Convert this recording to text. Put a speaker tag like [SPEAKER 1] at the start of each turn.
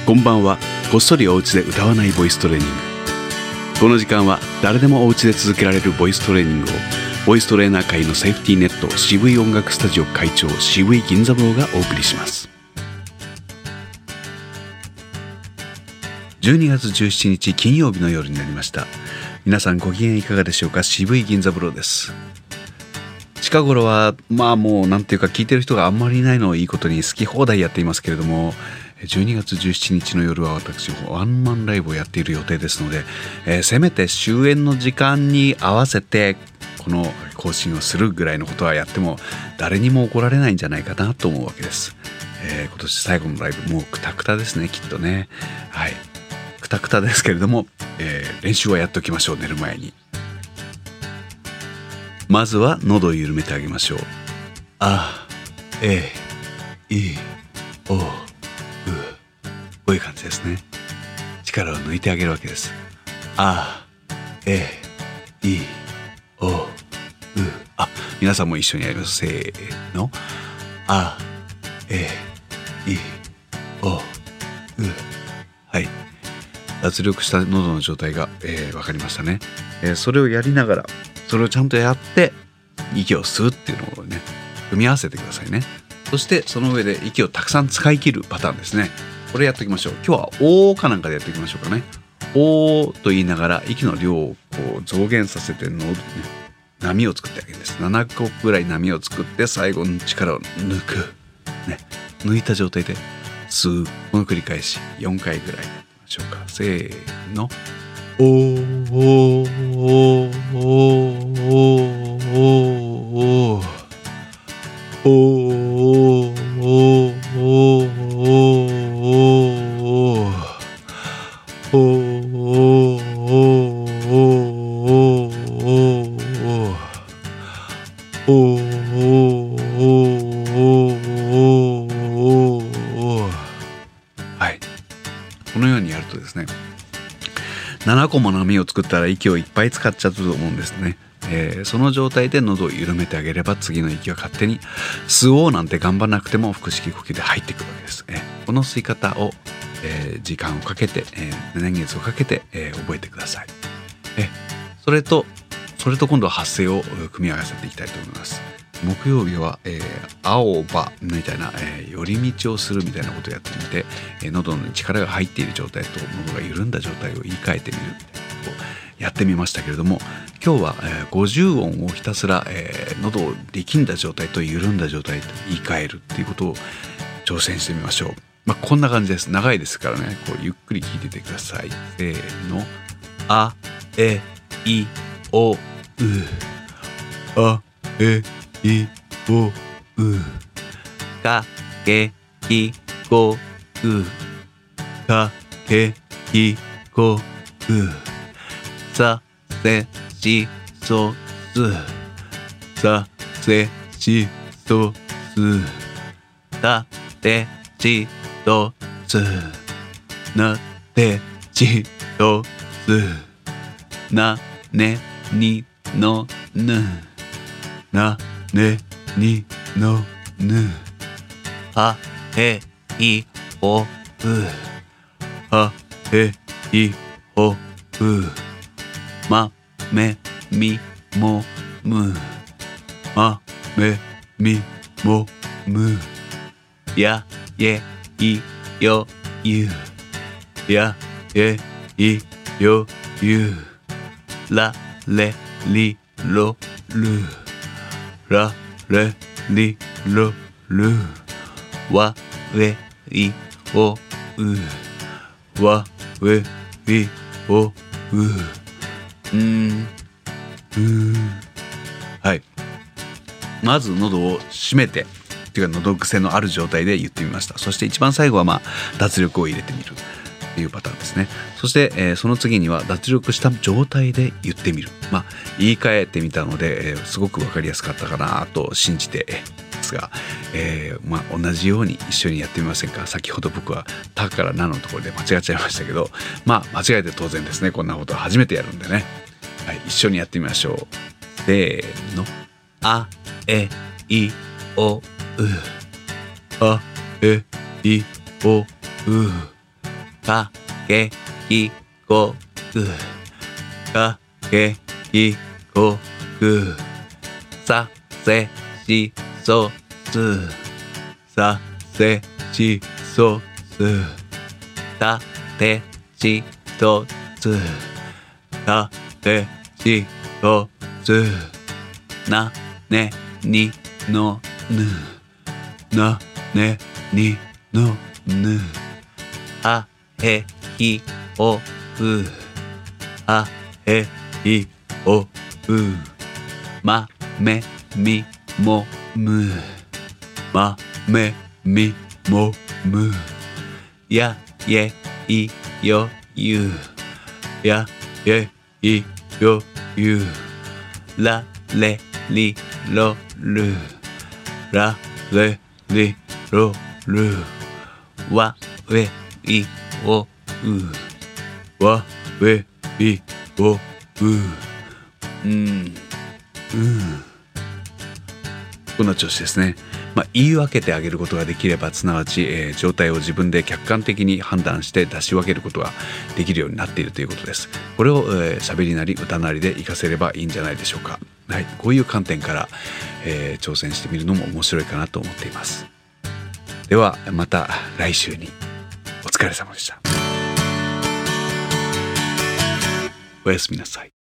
[SPEAKER 1] こんばんは。こっそりお家で歌わないボイストレーニング。この時間は誰でもお家で続けられるボイストレーニングをボイストレーナー界のセーフティーネット渋い音楽スタジオ会長渋い銀座坊がお送りします。12月17日金曜日の夜になりました。皆さんご機嫌いかがでしょうか。渋い銀座坊です。近頃はもうなんていうか聞いてる人があんまりいないのをいいことに好き放題やっていますけれども、12月17日の夜は私ワンマンライブをやっている予定ですので、せめて終演の時間に合わせてこの更新をするぐらいのことはやっても誰にも怒られないんじゃないかなと思うわけです。今年最後のライブもうクタクタですね、きっとね。はい、クタクタですけれども、練習はやっておきましょう。寝る前にまずは喉を緩めてあげましょう。あ、え、い、お、こういう感じですね。力を抜いてあげるわけです。あ、え、い、お、う。皆さんも一緒にやります。せーの。あ、え、い、お、う。はい。脱力した喉の状態が、分かりましたね。それをやりながら、それをちゃんとやって息を吸うっていうのをね、組み合わせてくださいね。そしてその上で息をたくさん使い切るパターンですね。これやっておきましょう。今日はおーかなんかでやっていきましょうかね。おーと言いながら息の量をこう増減させて波を作ってあげるんです。7個ぐらい波を作って最後の力を抜く、ね、抜いた状態で吸う。この繰り返し4回ぐらいやってみましょうか。せーの。おーおーおーおーおーおーおーおはい、このようにやるとですね、7個も波を作ったら息をいっぱい使っちゃうと思うんですね。その状態で喉を緩めてあげれば次の息は勝手に吸おうなんて頑張らなくても腹式呼吸で入ってくるわけです。この吸い方を、時間をかけて、年月をかけて、覚えてください。それと今度は発声を組み合わせていきたいと思います。木曜日は、青葉みたいな、寄り道をするみたいなことをやってみて、喉に力が入っている状態と喉が緩んだ状態を言い換えてみるみたいなことをやってみましたけれども、今日は、50音をひたすら、喉を力んだ状態と緩んだ状態と言い換えるっていうことを挑戦してみましょう。こんな感じです。長いですからね、こうゆっくり聞いててください。せーの。あ、え、い、お、う。あ、え、い、お、う。か、け、き、こ、う。か、け、き、こ、う。さ、せ、し、そ、す。さ、せ、し、そ、す。た、て、ち、と、す。な、て、ち、と、す。な、ね、に、の、ぬ。な、ね、に、の、ぬ。は、へ、い、お、う。は、へ、い、お、う。ま、め、み、も、む。ま、め、み、も、む。や、え、い、よ、ゆ。や、え、い、よ、ゆ。ら、れ、り、ろ、る。ら、れ、り、ろ、る。わ、れ、い、お、う。わ、れ、い、お、う。はい。まず喉を締めてっていうか喉癖のある状態で言ってみました。そして一番最後は脱力を入れてみるっていうパターンですね。そして、その次には脱力した状態で言ってみる。言い換えてみたので、すごく分かりやすかったかなと信じてますが、同じように一緒にやってみませんか。先ほど僕は「た」から「な」のところで間違っちゃいましたけど、間違えて当然ですね。こんなことは初めてやるんでね、はい、一緒にやってみましょう。せーの。あ、え、い、お、う。あ、え、い、お、う。 かけきこくかけきこくさせしそすさせしそすたてしとつたてしとつなねにのぬなねにのぬあへひおうあへひおうまめみもむまめみもむやえいよゆやえいよゆられりろるられりろるわえいおうわえいおうこんな調子ですね。言い分けてあげることができれば、すなわち、状態を自分で客観的に判断して出し分けることができるようになっているということです。これを喋りなり歌なりで活かせればいいんじゃないでしょうか。はい、こういう観点から、挑戦してみるのも面白いかなと思っています。ではまた来週に。お疲れ様でした。おやすみなさい。